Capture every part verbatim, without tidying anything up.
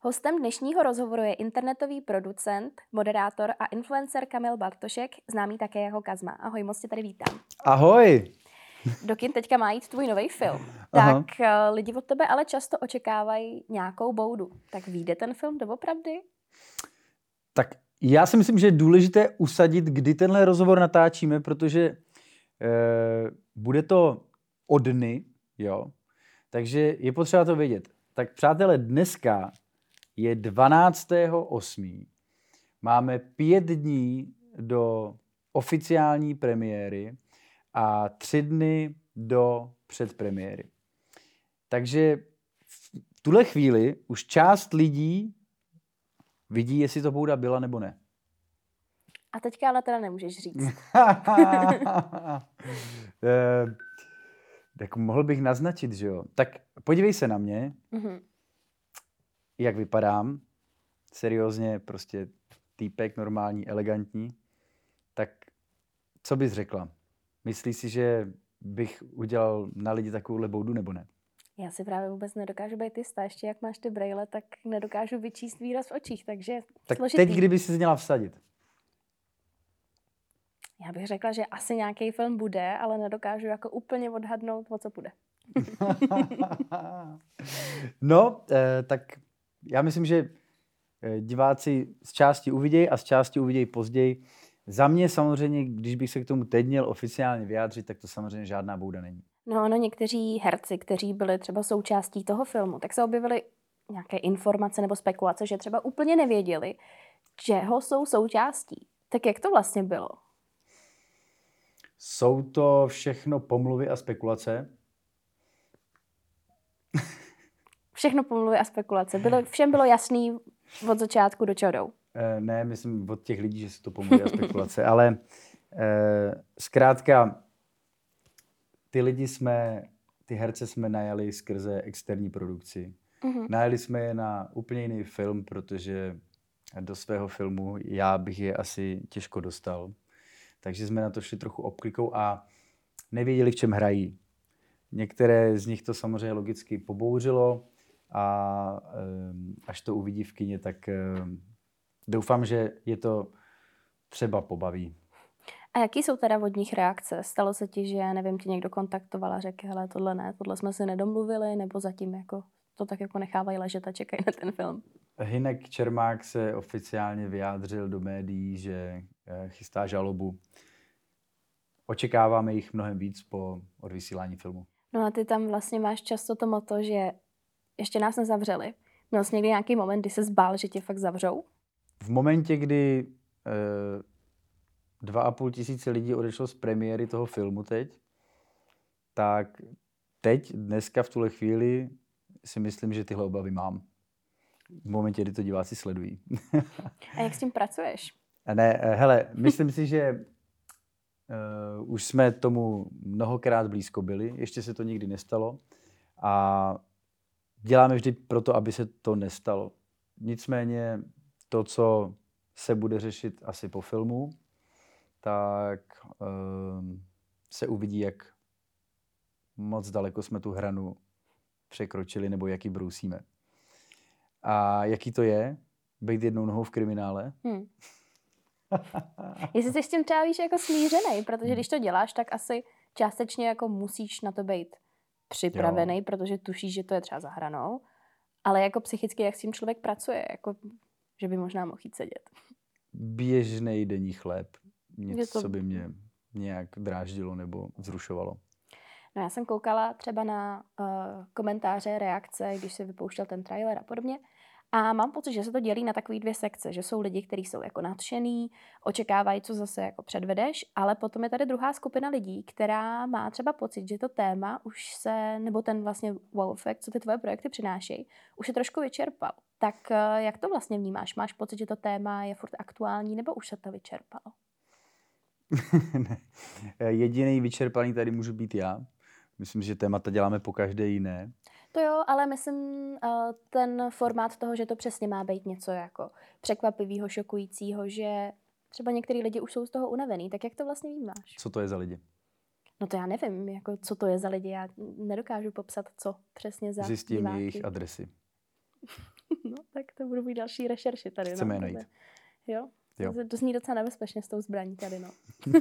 Hostem dnešního rozhovoru je internetový producent, moderátor a influencer Kamil Bartošek, známý také jako Kazma. Ahoj, moc tě tady vítám. Ahoj! Do kin teďka má jít tvůj nový film, Aha. tak uh, lidi od tebe ale často očekávají nějakou boudu. Tak vyjde ten film doopravdy? Tak já si myslím, že je důležité usadit, kdy tenhle rozhovor natáčíme, protože e, bude to o dny, jo. Takže je potřeba to vědět. Tak přátelé, dneska je dvanáctého osmého Máme pět dní do oficiální premiéry a tři dny do předpremiéry. Takže v tuhle chvíli už část lidí vidí, jestli to bouda byla nebo ne. A teďka ale teda nemůžeš říct. e, tak mohl bych naznačit, že jo. Tak podívej se na mě, Mm-hmm. jak vypadám. Seriózně, prostě týpek, normální, elegantní. Tak co bys řekla? Myslíš si, že bych udělal na lidi takovouhle boudu nebo ne? Já si právě vůbec nedokážu být jistá. Ještě jak máš ty brejle, tak nedokážu vyčíst výraz v očích, takže Tak složitý. teď, kdyby si měla vsadit. Já bych řekla, že asi nějaký film bude, ale nedokážu jako úplně odhadnout, o co bude. No, eh, tak já myslím, že diváci z části uvidějí a z části uvidějí později. Za mě samozřejmě, když bych se k tomu teď měl oficiálně vyjádřit, tak to samozřejmě žádná bouda není. No, ono někteří herci, kteří byli třeba součástí toho filmu, tak se objevily nějaké informace nebo spekulace, že třeba úplně nevěděli, čeho jsou součástí. Tak jak to vlastně bylo? Jsou to všechno pomluvy a spekulace. Všechno pomluvy a spekulace. Bylo, všem bylo jasný od začátku, do čeho jdou. E, ne, myslím od těch lidí, že jsou to pomluvy a spekulace, ale e, zkrátka ty lidi jsme, ty herce jsme najali skrze externí produkci. Mm-hmm. Najali jsme je na úplně jiný film, protože do svého filmu já bych je asi těžko dostal. Takže jsme na to šli trochu obklikou a nevěděli, v čem hrají. Některé z nich to samozřejmě logicky pobouřilo a až to uvidí v kině, tak doufám, že je to třeba pobaví. A jaký jsou teda od nich reakce? Stalo se ti, že, nevím, ti někdo kontaktoval a řekl, hele, tohle ne, tohle jsme si nedomluvili, nebo zatím jako to tak jako nechávají ležet a čekají na ten film? Hynek Čermák se oficiálně vyjádřil do médií, že chystá žalobu. Očekáváme jich mnohem víc po odvysílání filmu. No a ty tam vlastně máš často to motto, že ještě nás nezavřeli. Měl jsi někdy nějaký moment, kdy se zbál, že tě fakt zavřou? V momentě, kdy e, dva a půl tisíce lidí odešlo z premiéry toho filmu teď, tak teď, dneska, v tuhle chvíli si myslím, že tyhle obavy mám. V momentě, kdy to diváci sledují. A jak s tím pracuješ? Ne, hele, myslím si, že uh, už jsme tomu mnohokrát blízko byli, ještě se to nikdy nestalo a děláme vždy proto, aby se to nestalo. Nicméně to, co se bude řešit asi po filmu, tak uh, se uvidí, jak moc daleko jsme tu hranu překročili nebo jak ji brousíme. A jaký to je, být jednou nohou v kriminále? Hmm. Jestli jsi s tím třeba víš jako smířenej, protože když to děláš, tak asi částečně jako musíš na to být připravený, jo. Protože tušíš, že to je třeba za hranou, ale jako psychicky, jak s tím člověk pracuje, jako, že by možná mohl jít sedět. Běžnej denní chléb. Nic, to... co by mě nějak dráždilo nebo vzrušovalo. No já jsem koukala třeba na uh, komentáře, reakce, když se vypouštěl ten trailer a podobně. A mám pocit, že se to dělí na takové dvě sekce, že jsou lidi, kteří jsou jako nadšený, očekávají, co zase jako předvedeš, ale potom je tady druhá skupina lidí, která má třeba pocit, že to téma už se, nebo ten vlastně wow effect, co ty tvoje projekty přinášejí, už je trošku vyčerpal. Tak uh, jak to vlastně vnímáš? Máš pocit, že to téma je furt aktuální, nebo už se to vyčerpalo? Jediný vyčerpaný tady můžu být já. Myslím, že témata děláme po každé jiné. To jo, ale myslím ten formát toho, že to přesně má být něco jako překvapivého, šokujícího, že třeba některý lidi už jsou z toho unavený. Tak jak to vlastně vnímáš? Co to je za lidi? No to já nevím, jako co to je za lidi. Já nedokážu popsat, co přesně za Zjistím diváky. jejich adresy. No, tak to budu mít další rešerši tady. Chceme no, je najít. Jo, Jo. to, to zní docela nebezpečně s tou zbraní tady, no.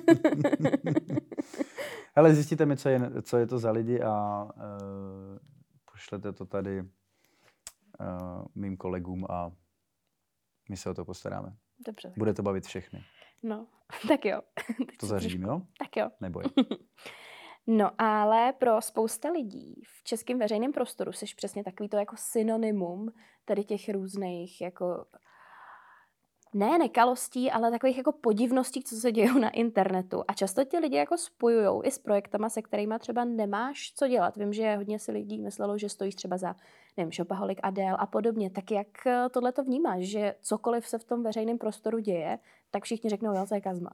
Hele, zjistíte mi, co je, co je to za lidi a uh, pošlete to tady uh, mým kolegům a my se o to postaráme. Dobře. Bude to bavit všechny. No, tak jo. To zařídím, jo? Tak jo. Neboj. No, ale pro spousta lidí v českém veřejném prostoru jsi přesně takový to jako synonymum tady těch různých jako ne nekalostí, ale takových jako podivností, co se dějou na internetu. A často ti lidi jako spojujou i s projektama, se kterými třeba nemáš co dělat. Vím, že hodně si lidí myslelo, že stojíš třeba za, nevím, Shopaholic, Adele a podobně. Tak jak tohle to vnímáš, že cokoliv se v tom veřejném prostoru děje, tak všichni řeknou, jo, to je Kazma.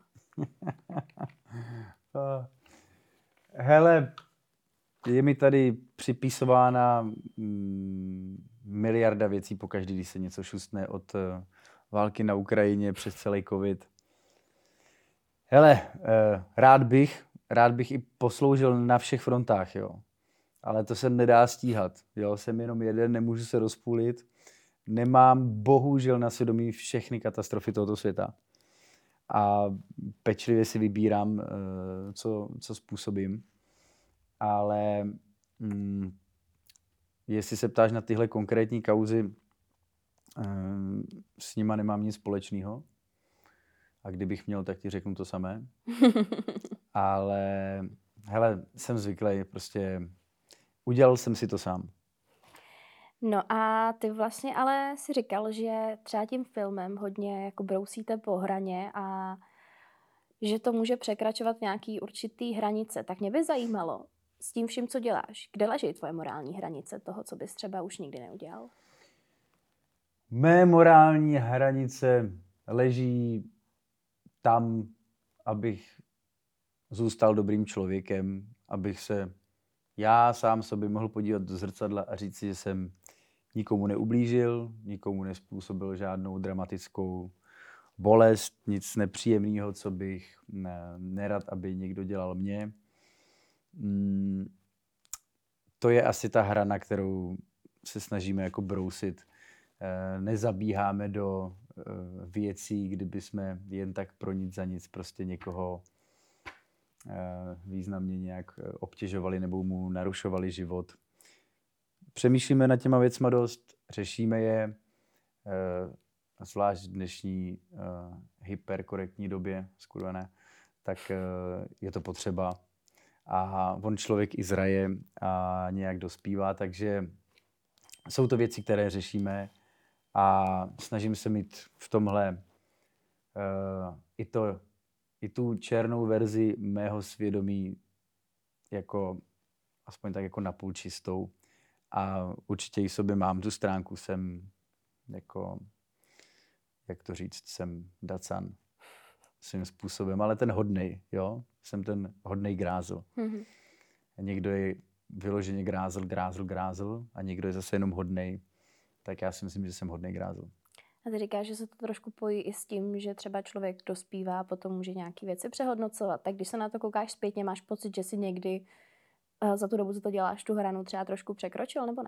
Hele, je mi tady připisována mm, miliarda věcí pokaždý, když se něco šustne od uh, války na Ukrajině přes celý covid. Hele, uh, rád bych, rád bych i posloužil na všech frontách, jo. Ale to se nedá stíhat, jo. Jsem jenom jeden, nemůžu se rozpůlit. Nemám bohužel na svědomí všechny katastrofy tohoto světa. A pečlivě si vybírám, uh, co, co způsobím. Ale mm, jestli se ptáš na tyhle konkrétní kauzy, um, s nima nemám nic společného. A kdybych měl, tak ti řeknu to samé. Ale hele, jsem zvyklý, prostě udělal jsem si to sám. No a ty vlastně ale si říkal, že třeba tím filmem hodně jako brousíte po hraně a že to může překračovat nějaký určitý hranice. Tak mě by zajímalo, s tím vším, co děláš, kde leží tvoje morální hranice toho, co bys třeba už nikdy neudělal? Mé morální hranice leží tam, abych zůstal dobrým člověkem, abych se já sám sobě mohl podívat do zrcadla a říct si, že jsem nikomu neublížil, nikomu nespůsobil žádnou dramatickou bolest, nic nepříjemného, co bych ne, nerad, aby někdo dělal mně. Mm, to je asi ta hra, na kterou se snažíme jako brousit. E, nezabíháme do e, věcí, kdyby jsme jen tak pro nic za nic prostě někoho e, významně nějak obtěžovali nebo mu narušovali život. Přemýšlíme nad těma věcma dost, řešíme je, e, zvlášť v dnešní e, hyperkorektní době, skurvené, tak e, je to potřeba. A on člověk i zraje a nějak dospívá, takže jsou to věci, které řešíme a snažím se mít v tomhle uh, i, to, i tu černou verzi mého svědomí jako aspoň tak jako napůl čistou a určitě i sobě mám tu stránku, jsem jako, jak to říct, jsem dacan svým způsobem, ale ten hodnej, jo, jsem ten hodnej grázl. Mm-hmm. Někdo je vyloženě grázl, grázl, grázl a někdo je zase jenom hodnej, tak já si myslím, že jsem hodnej grázl. A ty říkáš, že se to trošku pojí i s tím, že třeba člověk dospívá a potom může nějaké věci přehodnocovat. Tak když se na to koukáš zpětně, máš pocit, že si někdy uh, za tu dobu, co to děláš, tu hranu třeba trošku překročil, nebo ne?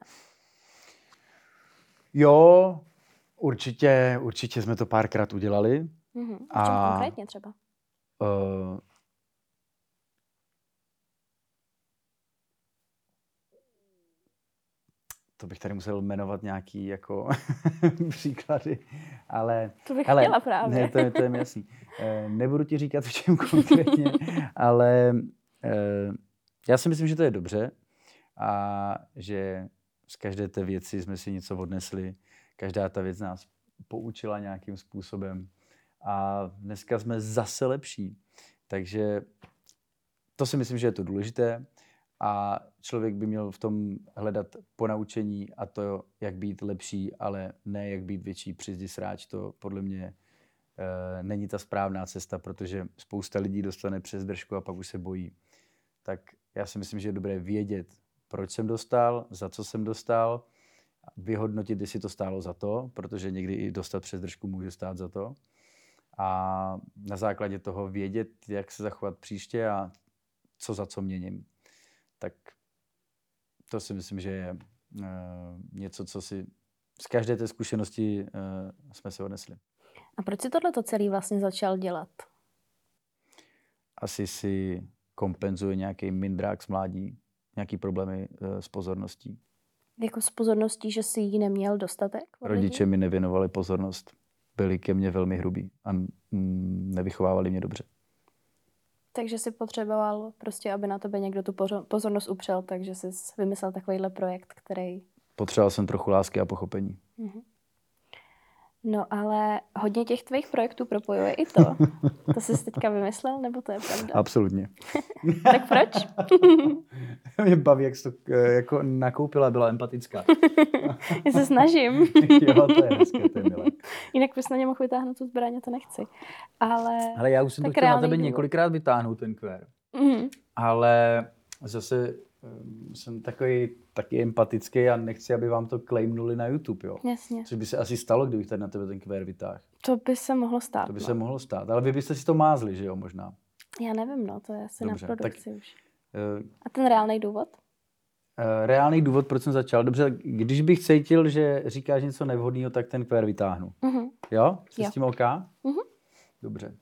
Jo, určitě, určitě jsme to párkrát udělali. Mm-hmm. A v čem a, konkrétně třeba? Uh, to bych tady musel jmenovat nějaký jako příklady, ale... To bych hele, chtěla právě. Ne, to, je, to je mi jasný. E, nebudu ti říkat v čem konkrétně, ale e, já si myslím, že to je dobře a že z každé té věci jsme si něco odnesli. Každá ta věc nás poučila nějakým způsobem a dneska jsme zase lepší. Takže to si myslím, že je to důležité. A člověk by měl v tom hledat ponaučení a to, jak být lepší, ale ne jak být větší přizdi sráč. To podle mě e, není ta správná cesta, protože spousta lidí dostane přes držku a pak už se bojí. Tak já si myslím, že je dobré vědět, proč jsem dostal, za co jsem dostal, vyhodnotit, jestli to stálo za to, protože někdy i dostat přes držku může stát za to. A na základě toho vědět, jak se zachovat příště a co za co měním. Tak to si myslím, že je uh, něco, co si z každé té zkušenosti uh, jsme se odnesli. A proč si tohleto celý vlastně začal dělat? Asi si kompenzuje nějaký mindrák z mládí, nějaký problémy uh, s pozorností. Jako s pozorností, že si jí neměl dostatek? Rodiče mi nevěnovali pozornost. Byli ke mně velmi hrubí a mm, nevychovávali mě dobře. Takže si potřeboval prostě, aby na tebe někdo tu pozornost upřel, takže jsi vymyslel takovýhle projekt, který... Potřeboval jsem trochu lásky a pochopení. Mhm. No ale hodně těch tvých projektů propojuje i to. To jsi teďka vymyslel, nebo to je pravda? Absolutně. Tak proč? Mě baví, jak jsi to jako nakoupila, byla empatická. Já se snažím. Jo, to je hezké, to je milé. Jinak bys na ně mohl vytáhnout tu zbraň, to nechci. Ale, ale já už jsem to chtěl na tebe důvod. několikrát vytáhnout, ten kvér. Mm-hmm. Ale zase um, jsem takový taky empatický a nechci, aby vám to claimnuli na YouTube, jo. Jasně. Což by se asi stalo, kdybych tady na tebe ten kvér vytáhl. To by se mohlo stát. To by no. se mohlo stát, ale vy byste si to mázli, že jo, možná. Já nevím, no, to je asi dobře, na produkci tak, už. Uh, a ten reálný důvod? Uh, reálný důvod, proč jsem začal. Dobře, když bych cítil, že říkáš něco nevhodného, tak ten kvér vytáhnu. Uh-huh. Jo? Jsi jo. s tím OK? Uh-huh. Dobře.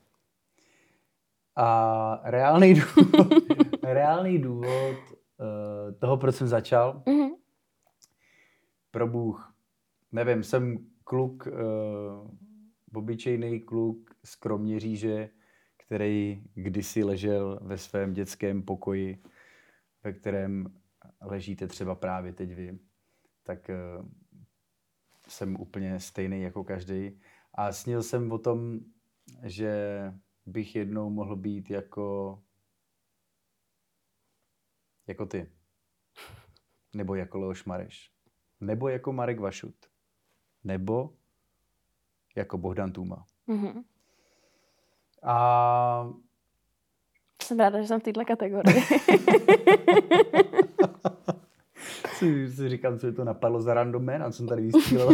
A reálný důvod, reálný důvod uh, toho, proč jsem začal, uh-huh. pro Bůh, nevím, jsem kluk, uh, obyčejný kluk z Kroměříže, který kdysi ležel ve svém dětském pokoji, ve kterém ležíte třeba právě teď vy, tak uh, jsem úplně stejný jako každý. A snil jsem o tom, že bych jednou mohl být jako jako ty. Nebo jako Leoš Mareš. Nebo jako Marek Vašut. Nebo jako Bohdan Tůma. Mm-hmm. A... Jsem ráda, že jsem v této kategorii. si, si říkám, co je to napadlo za random man, a jsem tady vystřílel.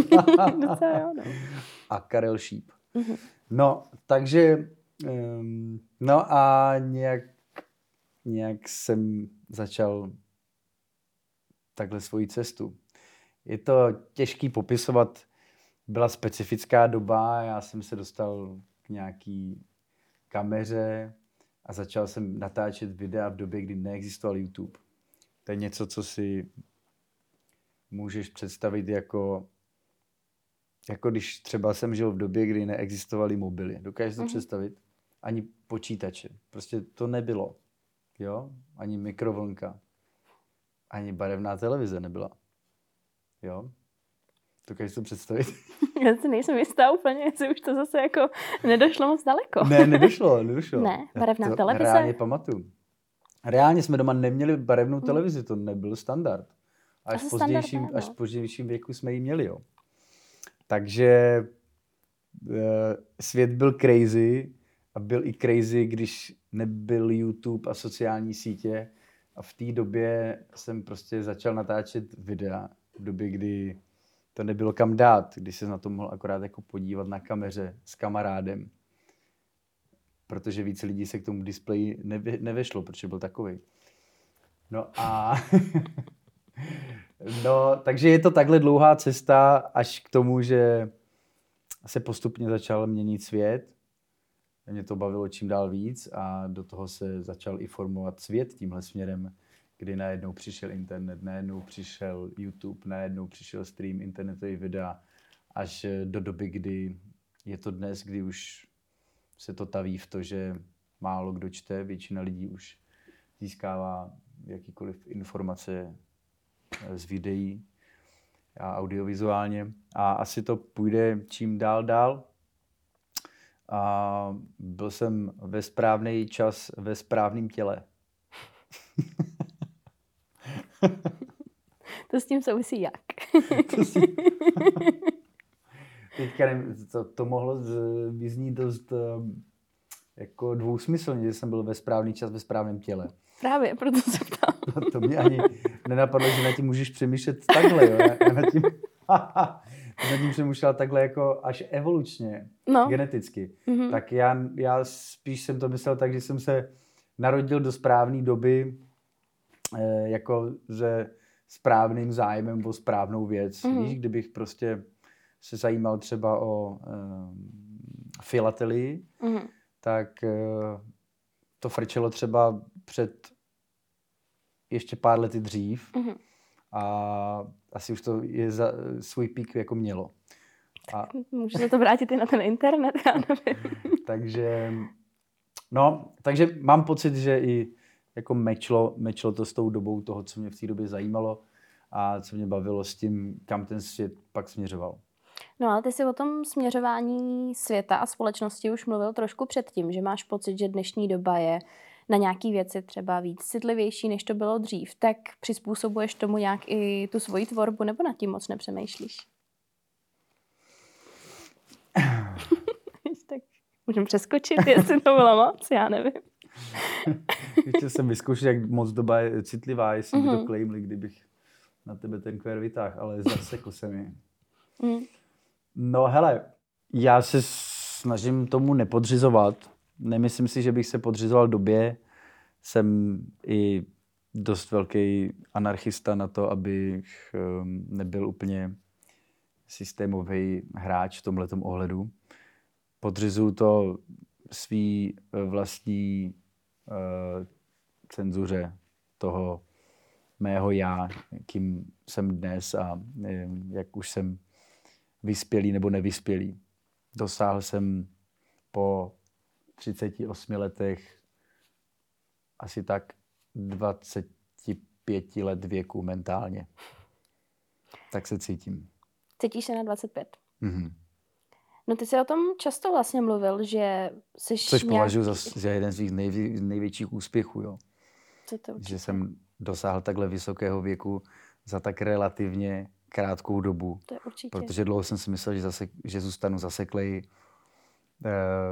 A Karel Šíp. Mm-hmm. No, takže um, no a nějak, nějak jsem začal takhle svoji cestu. Je to těžký popisovat, byla specifická doba, já jsem se dostal k nějaký kameře a začal jsem natáčet videa v době, kdy neexistoval YouTube. To je něco, co si můžeš představit jako, jako když třeba jsem žil v době, kdy neexistovaly mobily. Dokážeš to mm-hmm. představit? Ani počítače. Prostě to nebylo. Jo? Ani mikrovlnka. Ani barevná televize nebyla. Jo? Dokážeš to představit? Já si nejsem jistá úplně, jestli už to zase jako nedošlo moc daleko. Ne, nedošlo, nedošlo. Ne, barevná Já to televize. reálně pamatuju. Reálně jsme doma neměli barevnou televizi, to nebyl standard. Až v pozdějším, standard, až v pozdějším věku jsme ji měli, jo. Takže e, svět byl crazy a byl i crazy, když nebyl YouTube a sociální sítě. A v té době jsem prostě začal natáčet videa. V době, kdy to nebylo kam dát, když se na to mohl akorát jako podívat na kameře s kamarádem. Protože víc lidí se k tomu displeji nevě, nevešlo, protože byl takovej. No a... no, takže je to takhle dlouhá cesta až k tomu, že se postupně začal měnit svět. Mě to bavilo čím dál víc a do toho se začal i formovat svět tímhle směrem, kdy najednou přišel internet, najednou přišel YouTube, najednou přišel stream internetových videa, až do doby, kdy je to dnes, kdy už se to taví v to, že málo kdo čte, většina lidí už získává jakýkoliv informace z videí a audiovizuálně. A asi to půjde čím dál dál. A byl jsem ve správný čas ve správném těle. To s tím souvisí jak? to si... Teďka nevím, to, to mohlo vyznít dost jako dvousmyslně, že jsem byl ve správný čas ve správném těle. Právě, proto se ptám. No, to mě ani nenapadlo, že na tím můžeš přemýšlet takhle, jo. Já, já na tím, na tím přemýšlel takhle jako až evolučně, no. geneticky. Mm-hmm. Tak já, já spíš jsem to myslel tak, že jsem se narodil do správné doby eh, jako se správným zájmem o správnou věc. Mm-hmm. Víš, kdybych prostě se zajímal třeba o um, filatelii, Mm-hmm. tak uh, to frčelo třeba před ještě pár lety dřív Mm-hmm. a asi už to je za svůj pík jako mělo. A... Může se to vrátit i na ten internet, já nevím. takže, no, takže mám pocit, že i jako mečlo, mečlo to s tou dobou toho, co mě v té době zajímalo a co mě bavilo s tím, kam ten svět pak směřoval. No ale ty jsi o tom směřování světa a společnosti už mluvil trošku předtím, že máš pocit, že dnešní doba je na nějaký věci třeba víc citlivější, než to bylo dřív. Tak přizpůsobuješ tomu nějak i tu svoji tvorbu, nebo nad tím moc nepřemýšlíš? Tak můžeme přeskočit, jestli to bylo moc, já nevím. Ještě jsem vyzkoušel, jak moc doba je citlivá, jestli mm-hmm. by to claimli, kdybych na tebe ten kvér vytáhl, ale zasekl se mi. Mm. No hele, já se snažím tomu nepodřizovat. Nemyslím si, že bych se podřizoval době. Jsem i dost velký anarchista na to, abych nebyl úplně systémový hráč v tomhletom ohledu. Podřizuju to svý vlastní uh, cenzuře toho mého já, kým jsem dnes a nevím, jak už jsem vyspělý nebo nevyspělý. Dosáhl jsem po třiceti osmi letech asi tak dvacet pět let věku mentálně. Tak se cítím. Cítíš se na dvacet pět? Mhm. No ty jsi o tom často vlastně mluvil, že jsi Což nějaký... považuji za, za jeden z svých nejvě, největších úspěchů, jo. Co to určitě? Že jsem dosáhl takhle vysokého věku za tak relativně krátkou dobu. To je určitě. Protože dlouho jsem si myslel, že, zasek, že zůstanu zaseklej uh,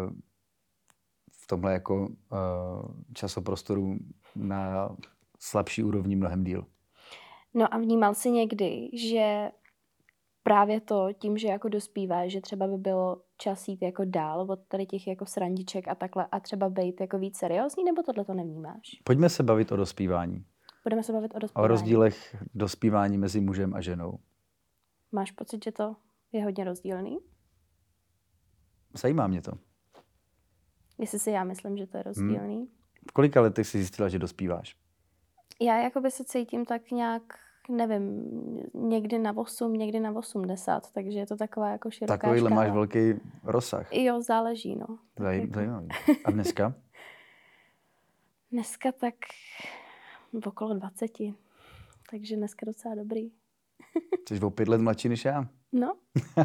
v tomhle jako uh, časoprostoru na slabší úrovni mnohem díl. No a vnímal jsi někdy, že právě to tím, že jako dospíváš, že třeba by bylo čas jít jako dál od tady těch jako srandiček a takhle a třeba být jako víc seriózní, nebo tohle to nevnímáš? Pojďme se bavit o dospívání. Budeme se bavit o dospívání. O rozdílech dospívání mezi mužem a ženou. Máš pocit, že to je hodně rozdílný? Zajímá mě to. Jestli si já myslím, že to je rozdílný. Hmm. V kolika letech jsi zjistila, že dospíváš? Já jakoby se cítím tak nějak, nevím, někdy na osm, někdy na osmdesát, takže je to taková jako široká Takovýhle škála. máš velký rozsah. Jo, záleží, no. Zaj, jako... Zajímavý. A dneska? Dneska tak okolo dvaceti, takže dneska docela dobrý. Jsi o pět let mladší než já. No.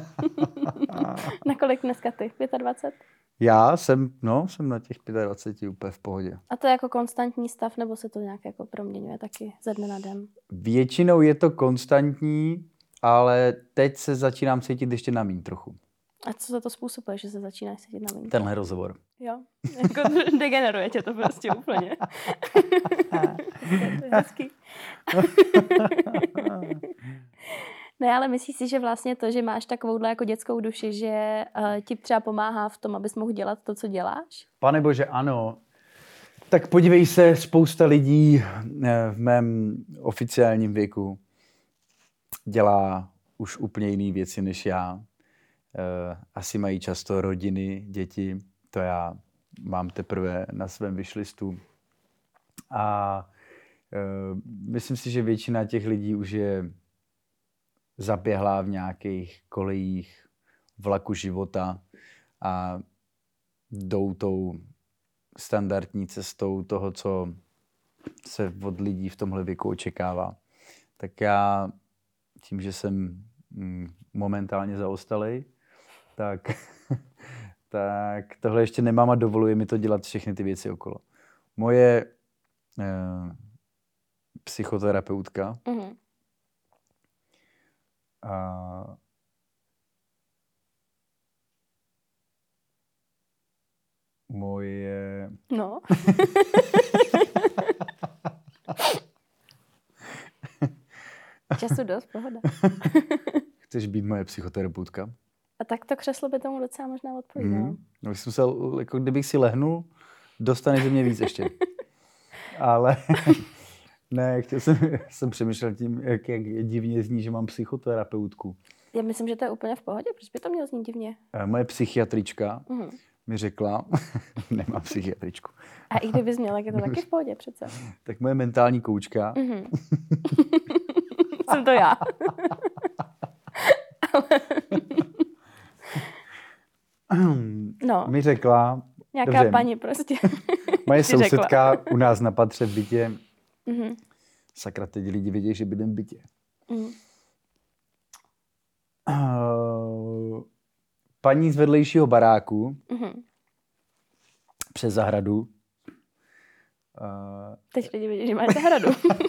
Na kolik dneska ty? dvacet pět? Já jsem, no, jsem na těch dvaceti pěti úplně v pohodě. A to je jako konstantní stav, nebo se to nějak jako proměňuje taky ze dne na den? Většinou je to konstantní, ale teď se začínám cítit ještě na míň trochu. A co za to způsobuje, že se začínáš cítit na míň? Tenhle rozhovor. Jo, jako degeneruje tě to prostě úplně. To je hezký. Ne, ale myslíš si, že vlastně to, že máš takovouhle jako dětskou duši, že uh, ti třeba pomáhá v tom, abys mohl dělat to, co děláš? Pane bože, ano. Tak podívej se, spousta lidí v mém oficiálním věku dělá už úplně jiné věci než já. Asi mají často rodiny, děti. To já mám teprve na svém wishlistu. A myslím si, že většina těch lidí už je zaběhlá v nějakých kolejích vlaku života a jdou tou standardní cestou toho, co se od lidí v tomhle věku očekává. Tak já tím, že jsem momentálně zaostalej, tak, tak tohle ještě nemám a dovoluje mi to dělat všechny ty věci okolo. Moje eh, psychoterapeutka Mm-hmm. a moje... No. Času dost, pohoda. Chceš být moje psychoterapeutka? A tak to křeslo by tomu docela možná odpovídalo. Mm. No, jsem se, jako kdybych si lehnul, dostaneš ze mě víc ještě. Ale ne, chtěl jsem, jsem přemýšlel tím, jak, jak divně zní, že mám psychoterapeutku. Já myslím, že to je úplně v pohodě, proč by to mělo znít divně? Moje psychiatrička Mm. mi řekla, nemám psychiatričku. A i kdybys měl, tak je to taky v pohodě přece. Tak moje mentální koučka. Mm. Jsem to já. No. Mi řekla, Nějaká dobře, paní prostě. moje ti řekla. sousedka u nás na patře v bytě, Mhm. sakra, teď lidi vědí, že bydlím v bytě. Mm. Uh, paní z vedlejšího baráku Mhm. přes zahradu. Uh, Teď lidi vidí, že máš zahradu.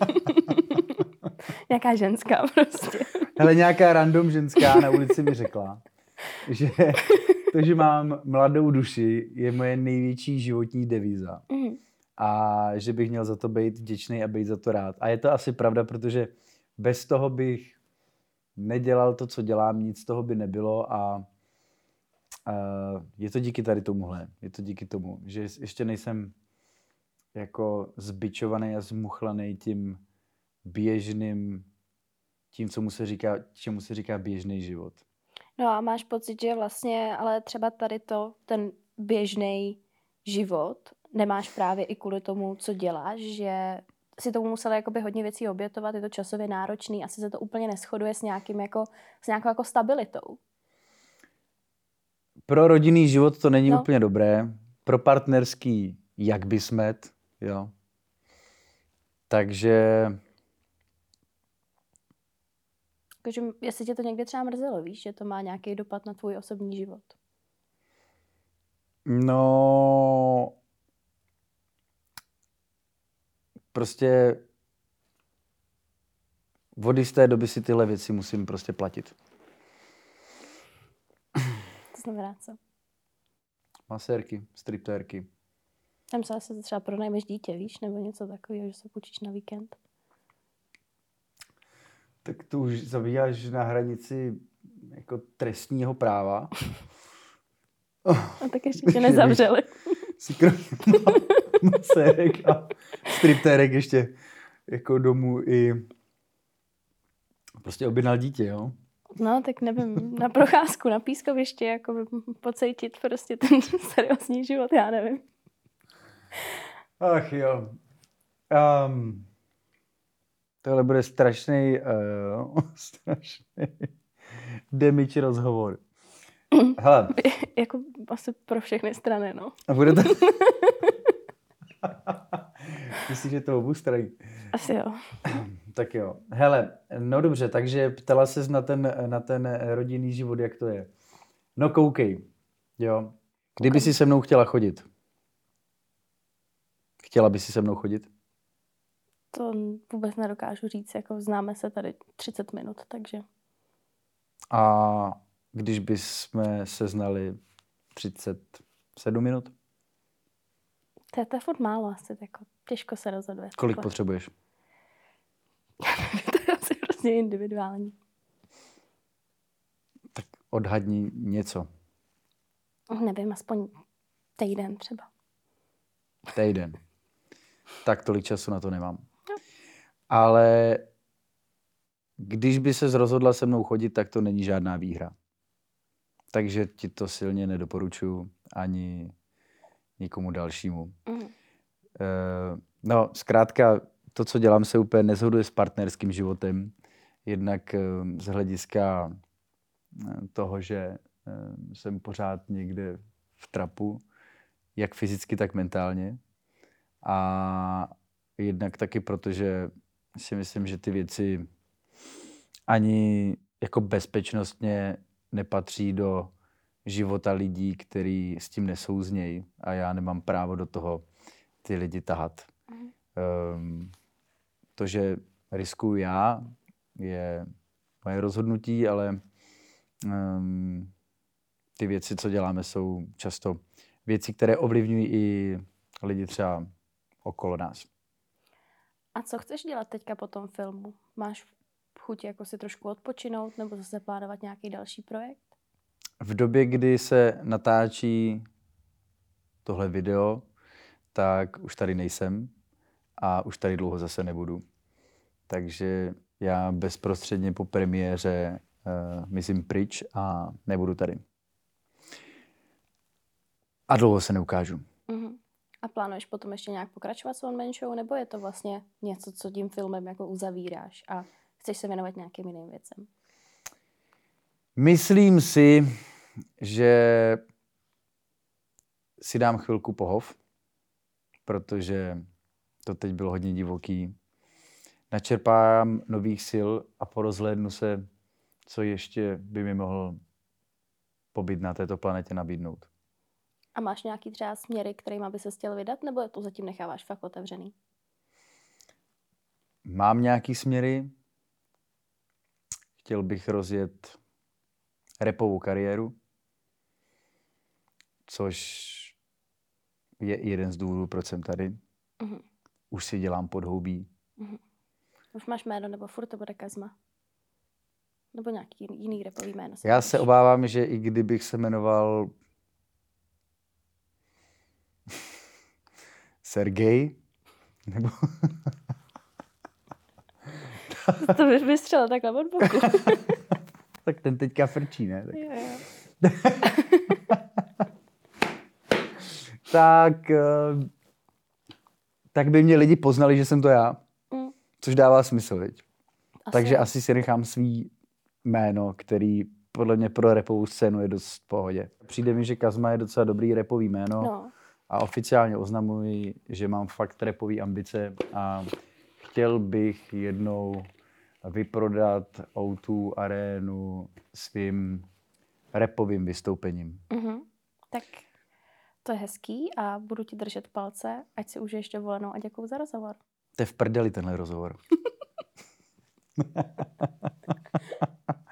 Nějaká ženská prostě. hele, nějaká random ženská na ulici mi řekla, že to, že mám mladou duši, je moje největší životní devíza. Mhm. A že bych měl za to být vděčný a být za to rád. A je to asi pravda, protože bez toho bych nedělal to, co dělám, nic z toho by nebylo a, a je to díky tady tomuhle. Je to díky tomu, že ještě nejsem jako zbičovaný a zmuchlaný tím běžným, tím, co mu se říká, čemu se říká běžný život. No a máš pocit, že vlastně, ale třeba tady to, ten běžný život, nemáš právě i kvůli tomu, co děláš, že si tomu musela jakoby hodně věcí obětovat, je to časově náročný, asi se to úplně neshoduje s, nějakým jako, s nějakou jako stabilitou. Pro rodinný život to není No. úplně dobré. Pro partnerský jak by smet, jo. Takže Takže jestli tě to někdy třeba mrzelo, víš, že to má nějaký dopad na tvůj osobní život. no prostě od jisté doby si tyhle věci musím prostě platit. To znamená co? Masérky, striptérky. Tam se asi třeba pronajmeš dítě, víš, nebo něco takového, že se půjčíš na víkend. Tak to už zabíjáš na hranici jako trestního práva. A tak ještě tě nezavřeli. Si kromě masérek a striptérek ještě jako domů i prostě objednal dítě, jo. No, tak nevím, na procházku, na pískovišti, jako pocítit prostě ten seriózní život, já nevím. Ach jo. Um, tohle bude strašný, uh, strašný damage rozhovor. Hele. Jako asi pro všechny strany, no. A bude to... Myslíš, že to obou strany? Asi jo. Tak jo. Hele, no dobře, takže ptala ses na ten, na ten rodinný život, jak to je. No koukej, jo. Kdyby si se mnou chtěla chodit? Chtěla by si se mnou chodit? To vůbec nedokážu říct, jako známe se tady třicet minut, takže... A když bychom se znali třicet sedm minut? To je, to je furt málo asi, jako těžko se rozhoduje. Kolik takhle. potřebuješ? To je asi prostě individuální. Tak odhadni něco. Nevím, aspoň týden třeba. Týden. Tak tolik času na to nemám. Ale když by se rozhodla se mnou chodit, tak to není žádná výhra. Takže ti to silně nedoporučuji ani nikomu dalšímu. Mm. Uh, no, zkrátka, to, co dělám, se úplně neshoduje s partnerským životem. Jednak uh, z hlediska uh, toho, že uh, jsem pořád někde v trapu, jak fyzicky, tak mentálně. A jednak taky proto, že si myslím, že ty věci ani jako bezpečnostně nepatří do života lidí, kteří s tím nesouznějí a já nemám právo do toho ty lidi tahat. Mm. Um, to, že riskuju já, je moje rozhodnutí, ale um, ty věci, co děláme, jsou často věci, které ovlivňují i lidi třeba okolo nás. A co chceš dělat teďka po tom filmu? Máš chuť jako si trošku odpočinout nebo zase plánovat nějaký další projekt? V době, kdy se natáčí tohle video, tak už tady nejsem a už tady dlouho zase nebudu. Takže já bezprostředně po premiéře uh, myslím, pryč a nebudu tady. A dlouho se neukážu. Uh-huh. A plánuješ potom ještě nějak pokračovat s one-man show, nebo je to vlastně něco, co tím filmem jako uzavíráš a chceš se věnovat nějakým jiným věcem? Myslím si, že si dám chvilku pohov, protože to teď bylo hodně divoký. Načerpám nových sil a porozhlédnu se, co ještě by mi mohl pobyt na této planetě nabídnout. A máš nějaký třeba směry, kterýma by se chtěl vydat, nebo to zatím necháváš fakt otevřený? Mám nějaký směry. Chtěl bych rozjet rapovou kariéru, což je jeden z důvodů, proč jsem tady. Uh-huh. Už si dělám podhoubí. Uh-huh. Už máš jméno, nebo furt to bude Kazma? Nebo nějaký jiný rapový jméno? Já se obávám, že i kdybych se jmenoval Sergej, nebo... To bys vystřelil takhle od boku. Tak ten teďka frčí, ne? Tak, Jo, jo. tak, eh, tak by mě lidi poznali, že jsem to já. Mm. Což dává smysl, viď? Asi. Takže asi si nechám svý jméno, který podle mě pro rapovou scénu je dost v pohodě. Přijde mi, že Kazma je docela dobrý rapový jméno. No. A oficiálně oznamuji, že mám fakt rapový ambice a chtěl bych jednou vyprodat ó dva arénu svým rapovým vystoupením. Mm-hmm. Tak to je hezký a budu ti držet palce, ať si užiješ dovolenou a děkuju za rozhovor. To je v prdeli tenhle rozhovor.